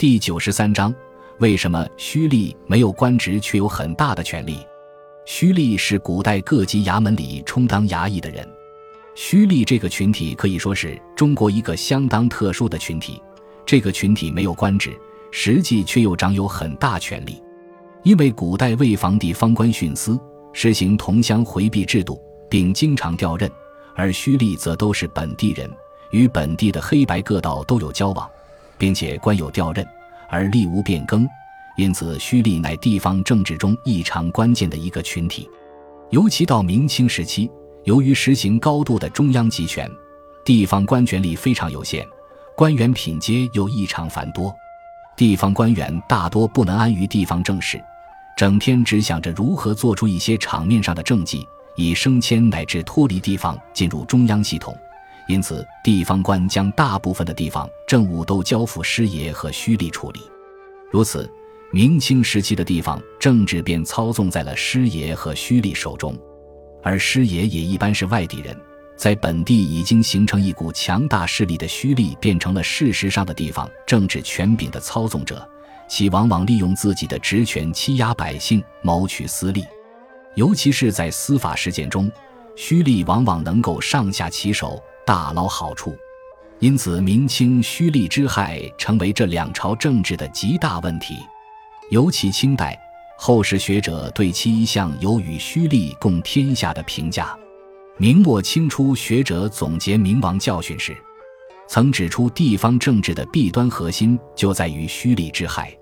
第93章，为什么胥吏没有官职却有很大的权力？胥吏是古代各级衙门里充当衙役的人。胥吏这个群体可以说是中国一个相当特殊的群体，这个群体没有官职，实际却又掌有很大权力。因为古代为防地方官徇私，实行同乡回避制度，并经常调任，而胥吏则都是本地人，与本地的黑白各道都有交往，并且官有调任，而吏无变更，因此胥吏乃地方政治中异常关键的一个群体。尤其到明清时期，由于实行高度的中央集权，地方官权力非常有限，官员品阶又异常繁多，地方官员大多不能安于地方政事，整天只想着如何做出一些场面上的政绩，以升迁乃至脱离地方进入中央系统。因此地方官将大部分的地方政务都交付师爷和胥吏处理。如此，明清时期的地方政治便操纵在了师爷和胥吏手中，而师爷也一般是外地人，在本地已经形成一股强大势力的胥吏变成了事实上的地方政治权柄的操纵者，其往往利用自己的职权欺压百姓，谋取私利。尤其是在司法实践中，胥吏往往能够上下其手，大捞好处。因此明清胥吏之害成为这两朝政治的极大问题。尤其清代，后世学者对其一向有与胥吏共天下的评价。明末清初学者总结明王教训时，曾指出地方政治的弊端核心就在于胥吏之害。